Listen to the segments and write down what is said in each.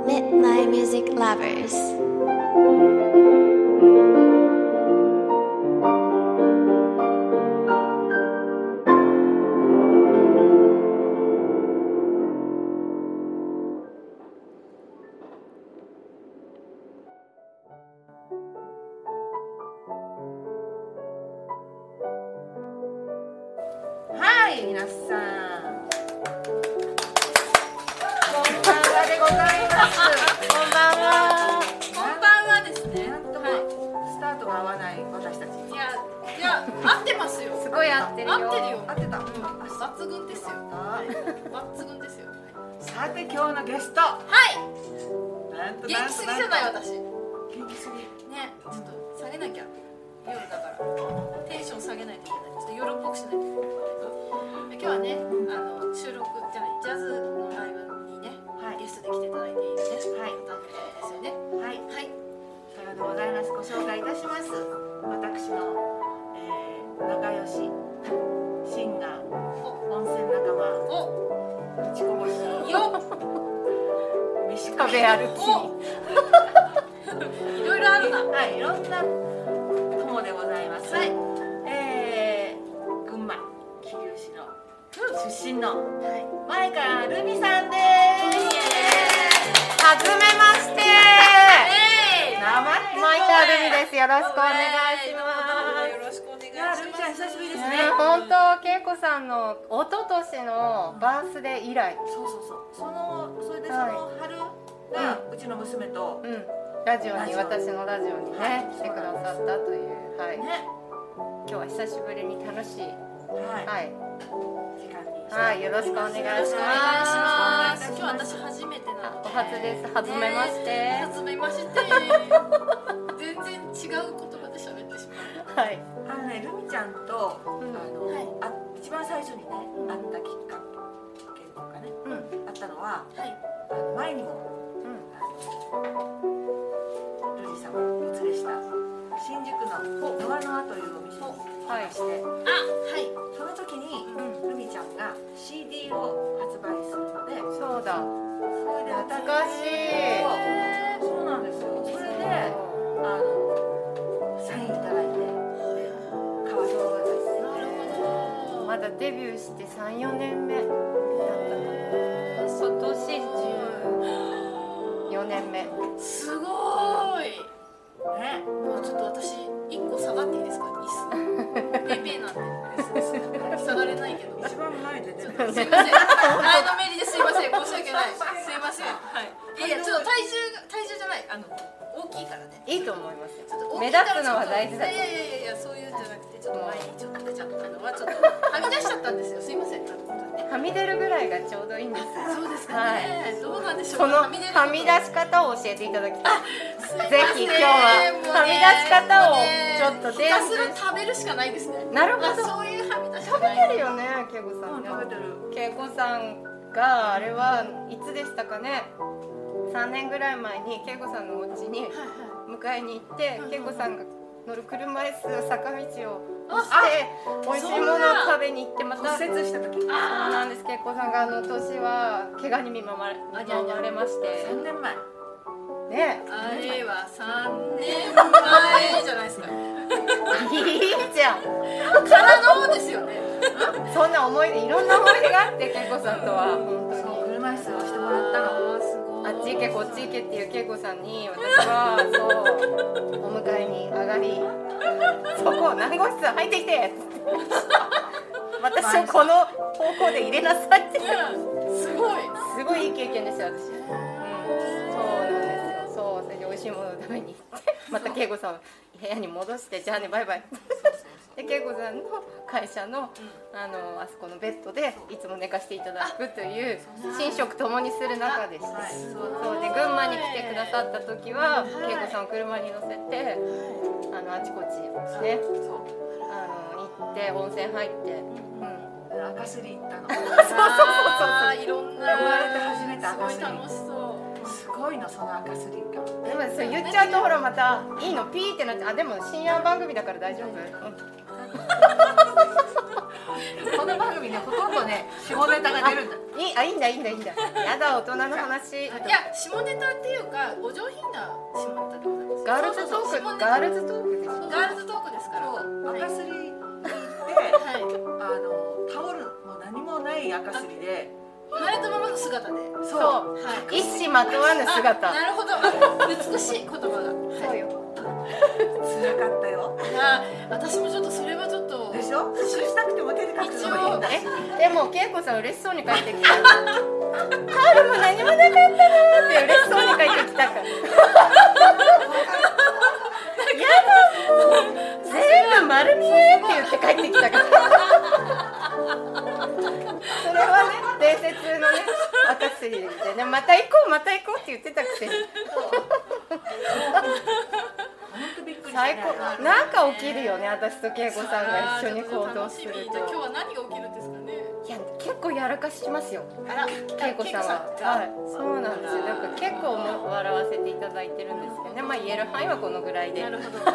Midnight Music Lovers. はい、皆さんこんばんはでございます。こんばんは。 こんばんはですね。 なんともスタートが合わない私たち。 いや合ってますよ。 すごい合ってるよ。 合ってるよ。 合ってた。 抜群ですよ。抜群ですよ。 さて今日のゲスト。 はい。 なんと元気すぎじゃない私。 元気すぎ。 ね、ちょっと下げなきゃ。夜だからテンション下げないといけない。ちょっと夜っぽくしないといけない。今日はね、収録じゃないジャズのライブにね、ゲストで来ていただいているね、方ですよね。 はいはい。さようでございます。ご紹介いたします。私の、仲良しシンガー、温泉仲間、打ちこぼしよっ飯食べ歩き。 いろいろあるな。 はい、いろんな友でございます。はい。群馬桐生市の出身の前川るみさんです。 はじめまして。 名前前川るみです。よろしくお願いします。 よろしくお願いしいや、 ます。 るみちゃん久しぶりですね。 本当、恵子さんの一昨年のバースデー以来。 そうそれでその春がうちの娘と、 ラジオに、私のラジオにね、来てくださったという、はい。 ね、 今日は久しぶりに楽しい、はい、 時間に。 はい、よろしくお願いします。 今日私初めてなので。 お初です。はじめまして。 はじめまして。全然違う言葉で喋ってしまう。 はい。 るみちゃんと一番最初にね会ったきっかけとかね、あったのは前にもルリさんをお連れした新宿のノアノアというお店に来まして、その時にルミちゃんが CD を発売するので、 そうだ。 それで懐かしい。 そうなんですよ。それでサインいただいて買わせてもらったんです。 まだデビューして3、4年目だったかな。今年14年目。 すごい。 ね、 もうちょっと私1個下がっていいですか？椅子。ペーペーなんで。下がれないけど。 一番前でね。 すいません。前のめりですいません。申し訳ない。すいません。はい。いやちょっと体重じゃない。大きいからね。 いいと思いますよ。 ちょっと目立つのは大事だと。 いやそういうんじゃなくてちょっと前にちょっと出ちゃったのはちょっとはみ出しちゃったんですよ。すいません。 はみ出るぐらいがちょうどいいんですよ。 そうですかね。どうなんでしょう。 そのはみ出し方を教えていただきたい。ぜひ今日ははみ出し方をちょっとひたすら食べるしかないですね。 なるほど。 そういうはみ出し食べてるよね、恵子さん。 食べてる。 恵子さんがあれはいつでしたかね。3年ぐらい前に恵子さんのお家に迎えに行って、恵子さんが乗る車椅子坂道を押して美味しいものを食べに行って、また骨折した時。 そうなんです。恵子さんが年は怪我に見舞われまして 3年前。 ね。 あれは3年前じゃないですか。 いいじゃん。 からのですよね。 そんな思い出、いろんな思い出があって、恵子さんとは本当に。 車椅子をしてもらったの。 あっち行けこっち行けっていう恵子さんに私はそうお迎えに上がり、そこ何号室入ってきて私をこの方向で入れなさいって。 すごいいい経験でした私。そうなんですよ。そう、それで美味しいものを食べに行ってまた恵子さんを部屋に戻して、じゃあねバイバイで恵子さんの会社のあそこのベッドでいつも寝かしていただくという寝食ともにする中でして、そうで群馬に来てくださった時は恵子さんを車に乗せてあちこちね行って温泉入って、 赤すり行ったの。 いろんな生まれて初めて赤すり。 すごい楽しそう。 すごいのその赤すりが。 でもそれ言っちゃうとほらまたいいのピーってなって、でも深夜番組だから大丈夫。 この番組ねほとんどね下ネタが出るんだ。 あ、いいんだ。やだ、大人の話。 いや、下ネタっていうかお上品な下ネタでございます。 ガールズトークです。 ガールズトークですから。 赤すりで、タオルも何もない赤すりで生まれたままの姿で。 そう、一糸まとわぬ姿。 なるほど、美しい言葉が。 そうよ。 辛かったよ。 私もちょっとそれはちょっとでしょ？刺繍したくても手で描くのがいいんだ。 でも恵子さん嬉しそうに帰ってきた。タオルも何もなかったなーって嬉しそうに帰ってきたから。やだもう全部丸見えって言って帰ってきたから。それはね、伝説のね、赤すりでね、また行こうって言ってたくせに。最高、なんか起きるよね、私と恵子さんが一緒に行動すると。 今日は何が起きるんですかね。 いや、結構やらかしますよ、恵子さんは。はい、そうなんですよ。だから結構笑わせていただいてるんですけどね。まあ言える範囲はこのぐらいで。 なるほど。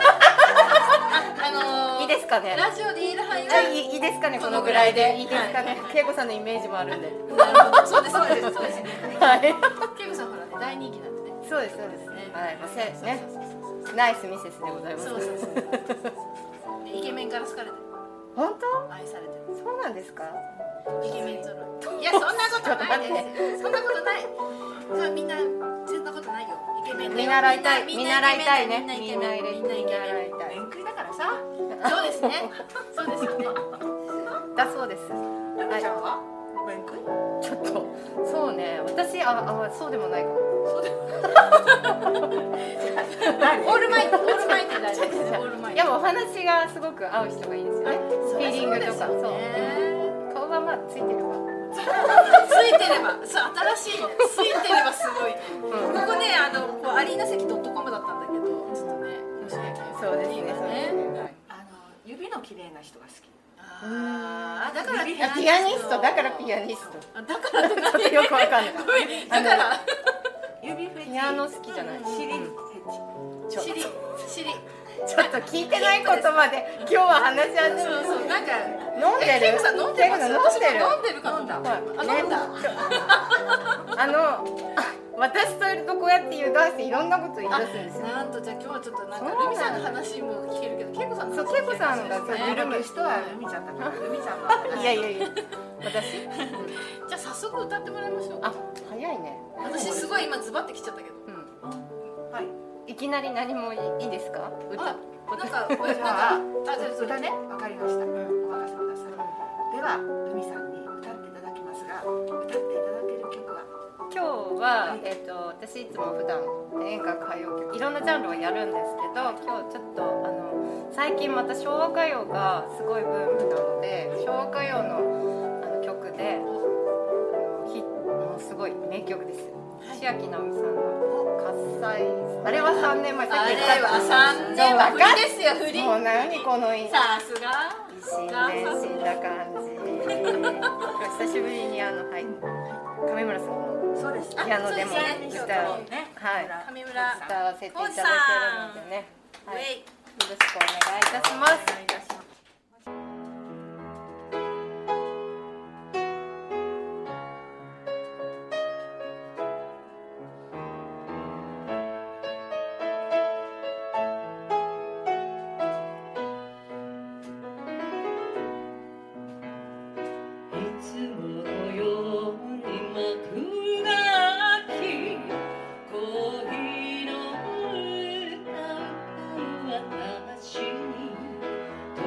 いいですかね。 ラジオで言える範囲は。 いいですかね、このぐらいで。いいですかね。恵子さんのイメージもあるんで。 なるほど、そうです。はい。恵子さんほらね、大人気なんでね。 そうです。はい、ね。ナイスミセスでございます。そう。 イケメンから好かれてる。 本当？ 愛されてる。 そうなんですか？ イケメン揃い。いや、そんなことないです。そんなことない。さあ、みんなそんなことないよ。イケメン。 見習いたいね。 みんなイケメン。 見習いたい。 面食いだからさ。 そうですね。そうですよね。 だそうです。 ルミちゃんは面食い？ ちょっとそうね。私そうでもないかも。 オールマイティ大丈夫ですね。 いや、もうお話がすごく合う人がいいですよね。フィーリングとか。そう。顔がまあついてれば。 そう、新しいね。ついてればすごい。ここね、アリーナ席.comだったんだけど、ちょっとね、 そうですね。 指の綺麗な人が好き。 だからピアニスト。だからピアニスト。 だからちょっとよくわかんない。 だから指フェチ。 ピアノ好きじゃない。 尻フェチ。 尻。 ちょっと聞いてないことまで今日は話し始める。 そう、なんか飲んでる。 恵子さん飲んでます。飲んでるか飲んだ。 飲んだ。 私といるとこうやって油断していろんなこと言い出すんですよ。 なんと、じゃあ今日はちょっとなんかルミさんの話も聞けるけど、恵子さんの話。 そう、恵子さんが緩む人はルミちゃんだから。ルミちゃんの。 いや。私。 じゃあ早速歌ってもらいましょう。 早いね。 私すごい今ズバってきちゃったけど。 はい。 いきなり何もいいですか？歌。 なんか歌ね、わかりました。お任せください。ではルミさんに歌っていただきますが、歌っていただける曲は？ 今日は私いつも普段演歌歌謡曲いろんなジャンルをやるんですけど、今日ちょっと最近また昭和歌謡がすごいブームなので、昭和歌謡の曲でもうすごい名曲です。千秋直美さんの喝采。あれは3年前。 あれは3年は振りですよ、振り。 もう何このさすが新年死んだ感じ。久しぶりに上村さんのそうです。 ピアノでも歌わせていただいてるのでね。よろしくお願いいたします。 「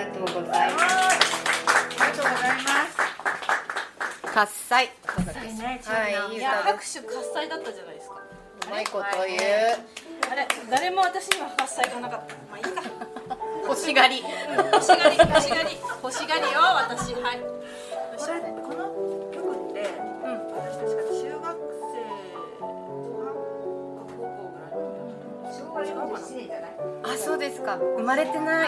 がとうございます。 ありがとうございます。 喝采。 ね、 はい、いいいや歌です。 拍手喝采だったじゃないですか。 うまいこと言う。 あれ誰も私には喝采がなかった。まあいいか。 欲しがり。 欲しがりよ私。はい。 これこの曲って私たちが中学生後半か高校ぐらいの昭和47年じゃない？ あ、そうですか。生まれてない。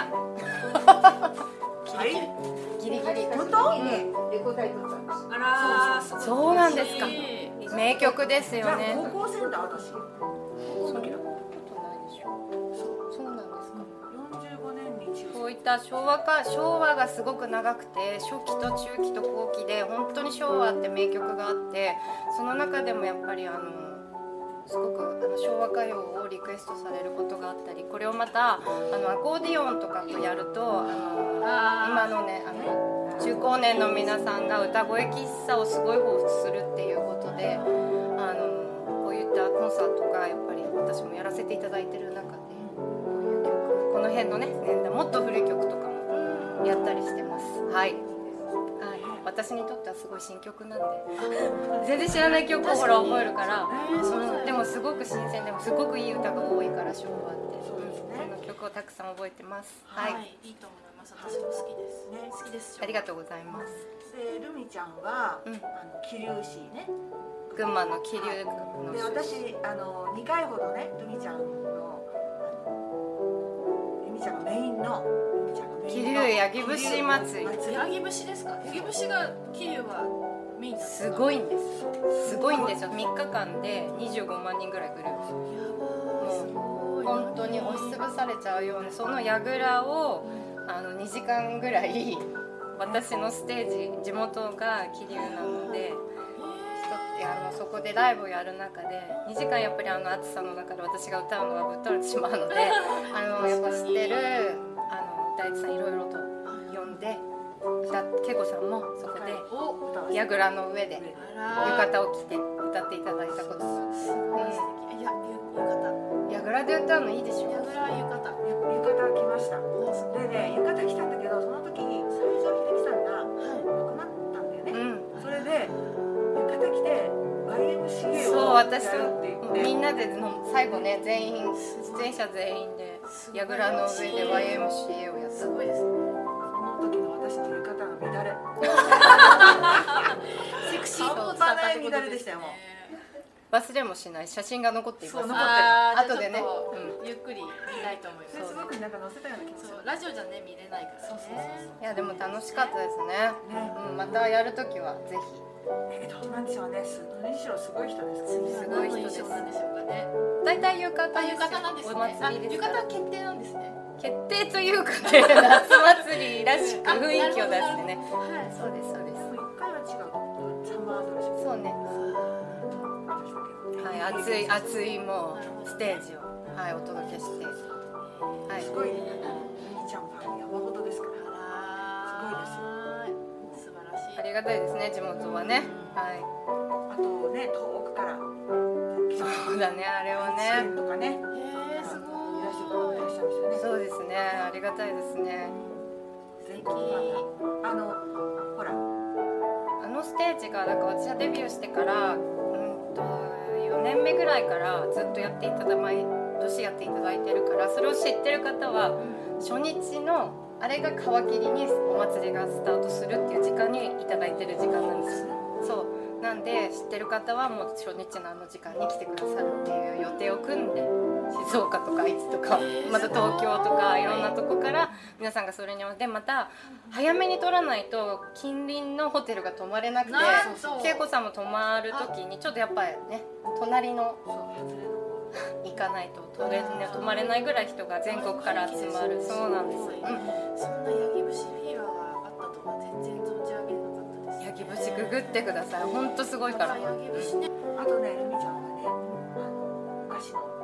はいギリギリ。 本当？ レコ大撮ったんです。 あらそうなんですか。名曲ですじゃあよね。 高校生だ私。 そんなことないでしょ。そうなんですか。 45年に中こういった昭和がすごく長くて、初期と中期と後期で本当に昭和って名曲があって、その中でもやっぱりすごく昭和歌謡をリクエストされることがあったり、これをまたアコーディオンとかとやると今のね中高年の皆さんが歌声喫茶をすごい彷彿するっていうことでこういったコンサートがやっぱり私もやらせていただいてる中でこういう曲、この辺のね年代もっと古い曲とかもやったりしてます。はい、私にとってはすごい新曲なんで全然知らない曲をほら覚えるからでもすごく新鮮でもすごくいい歌が多いから昭和ってその曲をたくさん覚えてます。はい、 いいと思います。私も好きですね。好きです。 ありがとうございます。 でルミちゃんは桐生市ね。 群馬の桐生ので私2回ほどねルミちゃんがメインの桐生ヤギ節祭り。 ヤギ節ですか？ヤギ節が桐生はメインなんですか？ すごいんです。すごいんですよ。3日間で25万人ぐらい来るんですよ。もう本当に押しつぶされちゃうようなその櫓を2時間ぐらい私のステージ地元が桐生なのでそこでライブをやる中で2時間やっぱり暑さの中で私が歌うのはぶっ倒れてしまうのでやっぱ知ってる大地さんいろいろと呼んで恵子さんもそこで櫓の上で浴衣を着て歌っていただいたことがあって櫓で歌うのいいでしょ。 櫓浴衣着ました。でね浴衣着たんだけどその時に西城秀樹さんが亡くなったんだよね。それで浴衣着て YMCA をやるって言ってみんなで最後ね全員出演者全員で櫓の上で YMCA をやった。 すごいですね。 その時の私の浴衣の乱れセクシーと半端ない乱れでしたよ。もう忘れもしない写真が残っています。 そう残ってる。後でね、 ゆっくり見たいと思います。 フェイスブックになんか載せたような気がする。 ラジオじゃね見れないからね。 いやでも楽しかったですね。またやるときはぜひ。 どうなんでしょうね。何しろすごい人ですからね。 すごい人です。 なんでしょうかね。 大体浴衣なんですね。 お祭りです。 浴衣決定なんですね。 決定というかね、夏祭りらしく雰囲気を出してね。はい、そうですそうです。 一回は違う。サマードレス。 そうね。はい、熱いもうステージをお届けして、はい。 すごいね。みちゃんファン山ほどですから。すごいですよ。 素晴らしい。 ありがたいですね地元はね。はい。 あとね遠くから。 そうだねあれをね。 とかね。 すごい。 いらっしゃるんですよね。 そうですねありがたいですね。 全国ほらステージが私がデビューしてから4年目ぐらいからずっとやっていただ毎年やっていただいてるからそれを知ってる方は初日のあれが皮切りにお祭りがスタートするっていう時間にいただいてる時間なんですよ。そうなんで知ってる方はもう初日の時間に来てくださるっていう予定を組んで静岡とか愛知とかまた東京とかいろんなとこから皆さんがそれに合わせてまた早めに取らないと近隣のホテルが泊まれなくて恵子さんも泊まる時にちょっとやっぱりね隣の行かないと泊まれないぐらい人が全国から集まる。そうなんです。 そんなヤギ節フィーバーがあったとは全然存じ上げなかったです。 ヤギ節ググってください。本当すごいから。 あとねルミちゃんがねお菓子の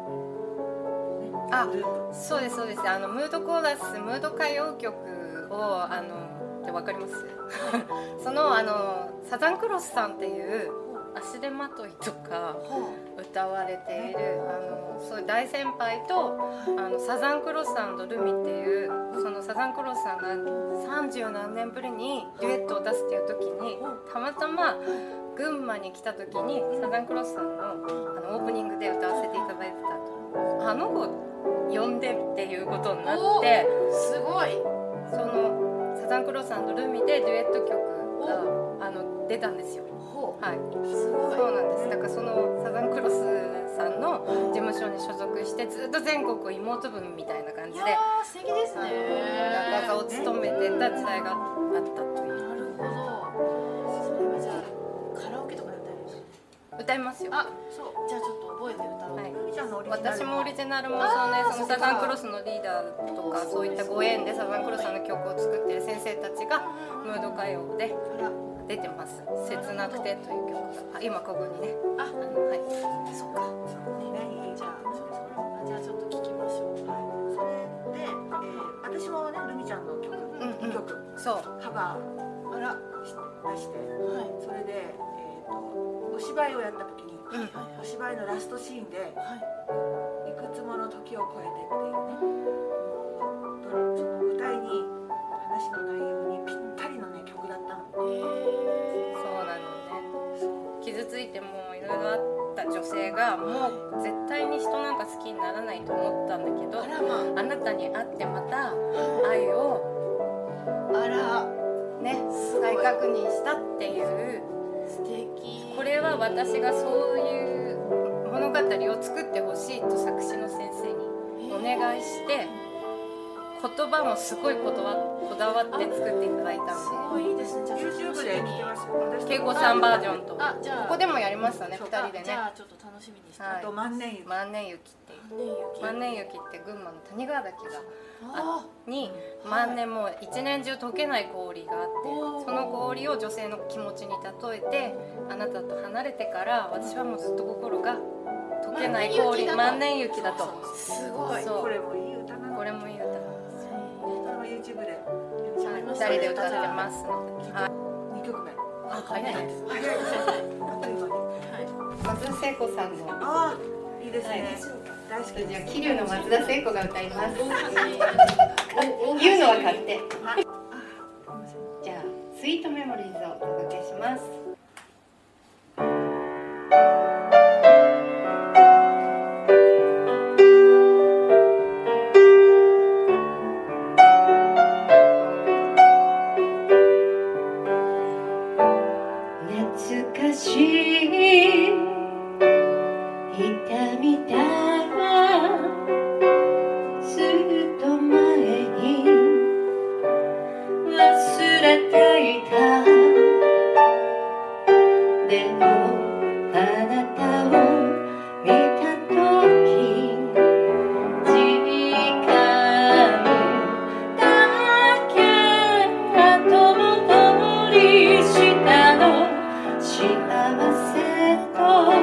そうですそうです。ムードコーラスムード歌謡曲をってわかります？そのサザンクロスさんっていう足手まといとか歌われているそういう大先輩とサザンクロス&ルミっていうそのサザンクロスさんが30何年ぶりにデュエットを出すっていう時にたまたま群馬に来た時にサザンクロスさんのオープニングで歌わせていただいてたと、あの子呼んでっていうことになって、 すごい。 そのサザンクロス&ルミでデュエット曲が出たんですよ。はい、 すごい。 そうなんです。だからそのサザンクロスさんの事務所に所属してずっと全国を妹分みたいな感じで素敵ですね。 画家を務めてた時代があったという。 なるほど。それはじゃあカラオケとかで歌えるんですか？ 歌いますよ。 あ、そう。じゃあちょっと覚えて歌おう。 はい、 ちゃんのオリジナル私もオリジナルもそうね、そのサザンクロスのリーダーとかそういったご縁でサザンクロスさんの曲を作ってる先生たちがムード歌謡で出てます。切なくてという曲が今ここにね。はい。 そうか。ね、じゃあちょっと聞きましょう。 それで、私もねルミちゃんの曲2曲そうカバー出して、それでお芝居をやった時にお芝居のラストシーンでいくつもの時を超えてっていうね、その歌いに話の内容にぴったりのね曲だったの。 そうなのね。傷ついてもいろいろあった女性がもう絶対に人なんか好きにならないと思ったんだけど、あなたに会ってまた愛をね再確認したっていう素敵。 これは私がそういう物語を作ってほしいと作詞の先生にお願いして言葉もすごいこだわって作っていただいたんですごいいいですね。じゃあ YouTube で聞けますよ。 恵子さんバージョンとじゃあここでもやりましたね2人でね。 じゃあちょっと楽しみにして。 あと万年雪。 万年雪っていう万年雪って群馬の谷川岳がに万年もう一年中溶けない氷があってその氷を女性の気持ちに例えてあなたと離れてから私はもうずっと心が溶けない氷万年雪だと。 すごい。 これもいい歌なの。 これもいい歌なんですよ。 これも YouTube で 2人で歌ってますので。 2曲目。 早いです。 早いです。あっという間に。 松田聖子さんのああ、いいですね。大好き。 じゃあ桐生の松田聖子が歌います。言うのは勝手。じゃあスイートメモリーズをお届けします。懐かしい痛みだずっと前に忘れていた。でもあなたを見た時時間だけ後戻りしたの幸せと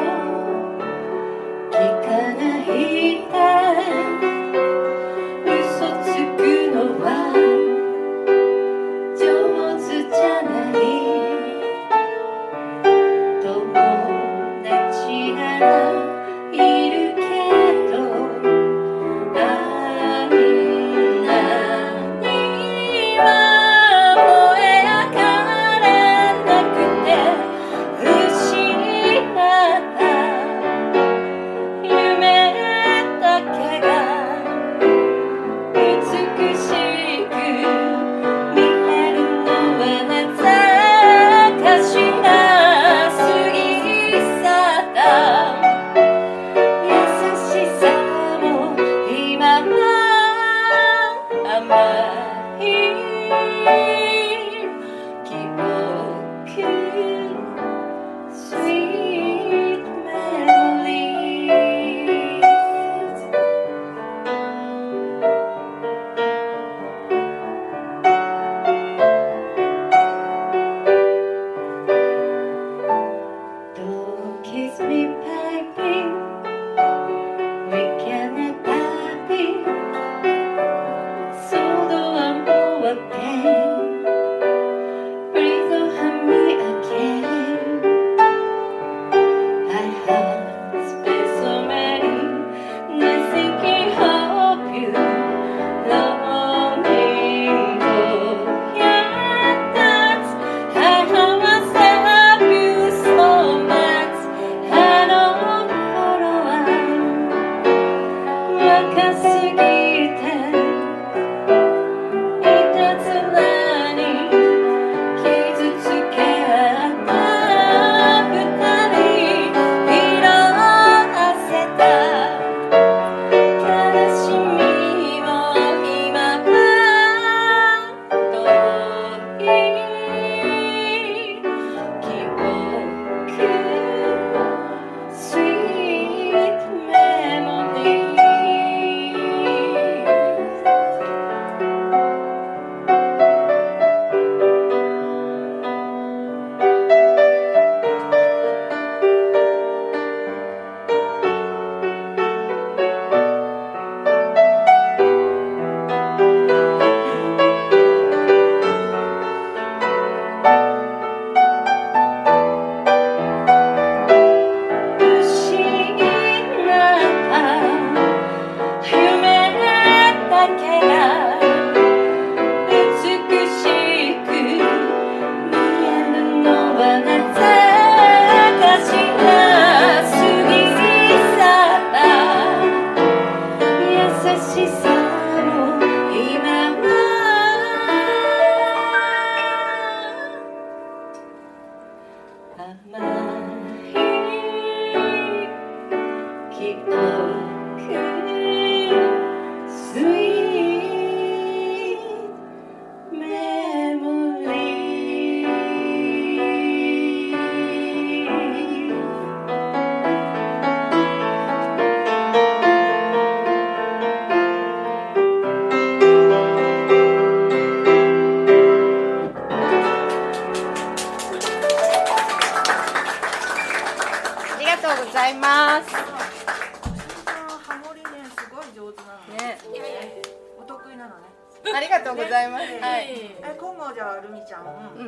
ありがとうございます。はい。 今後じゃあルミちゃん、今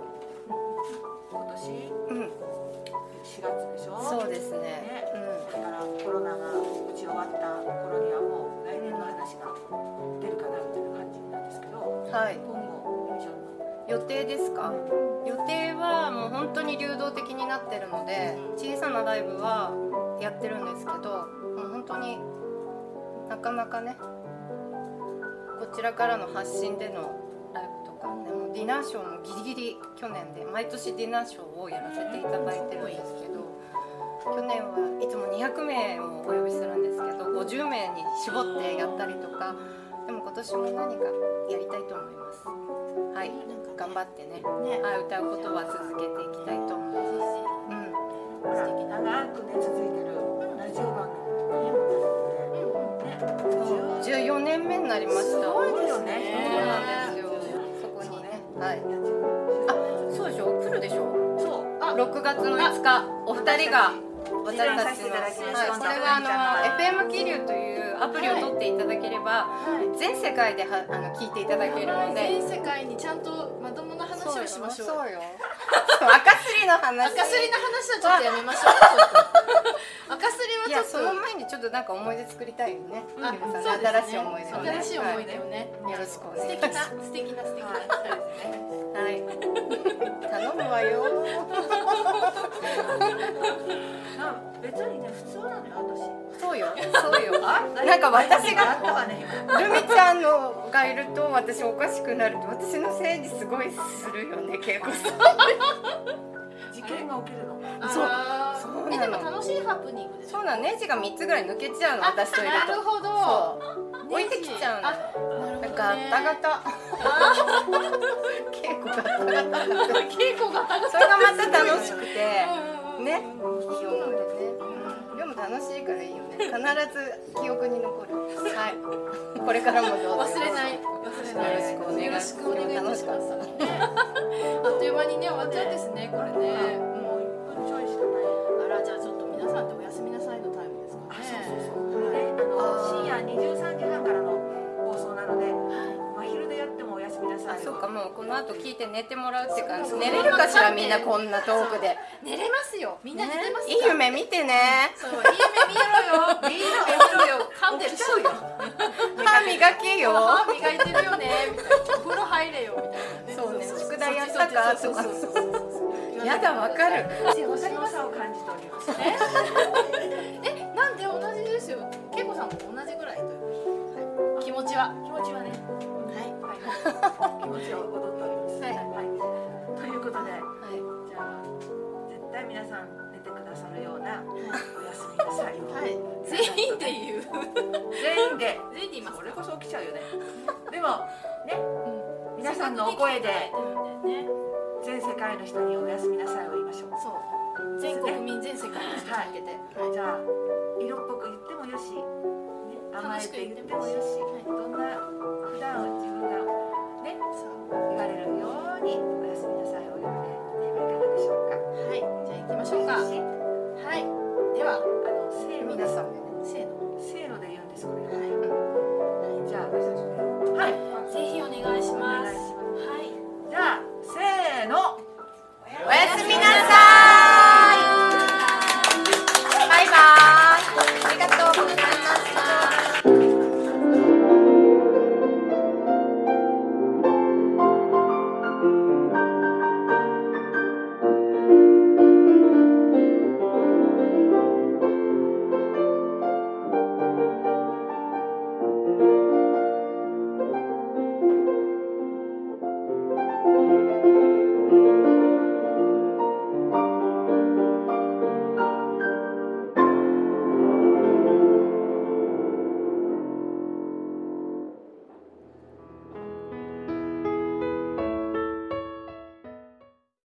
年4月でしょ。 そうですね。 だからコロナが打ち終わった頃にはもう来年の話が出るかなみたいな感じなんですけど、 はい。 今後ルミちゃんの予定ですか？予定はもう本当に流動的になってるので、小さなライブはやってるんですけど、もう本当になかなかね。こちらからの発信でのライブとかね、もうディナーショーもギリギリ去年で毎年ディナーショーをやらせていただいてるんですけど、去年はいつも200名をお呼びするんですけど50名に絞ってやったりとか、でも今年も何かやりたいと思います。はい、頑張ってね、はい、歌うことは続けていきたいと思います。 素敵な長くね続いてるラジオ番組 14年目になりました。 すごいですね。 そうなんですよ。そこにね、はい。あ、そうでしょ。来るでしょ。 そう。 6月の5日、お二人が私たちの、はい、これはFM 気流というアプリを取っていただければ、全世界で聞いていただけるので、 全世界にちゃんとまともな話をしましょう。 そうよ。赤すりの話。 赤すりの話はちょっとやめましょう。赤すりはちょっと。 その前にちょっとなんか思い出作りたいよね。新しい思い出をね。 新しい思い出をね。 よろしくお願いします。 素敵な。 はい。頼むわよ。 別にね普通なのよ私。 そうよ。なんか私がルミちゃんのがいると私おかしくなると私のせいにすごいするよね、恵子さん。 事件が起きるの。 そうなの。 でも楽しいハプニングです。 そうなの。ネジが3つぐらい抜けちゃうの、私といると。 なるほど。 そう。置いてきちゃうの。なんかガタガタ。稽古ガタガタ。それがまた楽しくてね。いい思い出ね。でも楽しいからいいよね。必ず記憶に残る。はい。これからもどうぞ。 忘れない。よろしくお願い。楽しかった。あっという間にね終わっちゃうんですね、これね。 もう1分ちょいしかない。 あら、じゃあちょっと皆さんでおやすみなさいのタイムですかね。 深夜23時半からの放送なので、真昼でやってもおやすみなさい。 そうか、もうこの後聞いて寝てもらうって感じ。寝れるかしら、みんなこんな遠くで。 寝れますよ。みんな寝てますか。 いい夢見てね。 そう、いい夢見ろよ。いい夢見ろよ。噛んでるしょよ。 歯磨けよ。 歯磨いてるよね。みたいな。お風呂入れよみたいな。 そうね。宿題やったかとか。やだ、わかる。 星の差を感じております。 なんで同じですよ。恵子さんも同じぐらいという。気持ちはね。はい。気持ちを踊っております。はい。ということで、じゃあ絶対皆さん寝てくださるようなおやすみなさいを。 はい。全員で言う。 全員で言います。 それこそ起きちゃうよね。でもね、皆さんのお声で全世界の人におやすみなさいを言いましょう。 そう。全国民全世界の人に向けて。 じゃあ色っぽく言ってもよし、甘えて言ってもよし、どんな普段自分がね言われるようにおやすみなさいを言ってみてはいかがでしょうか。 はい。じゃあ行きましょうか。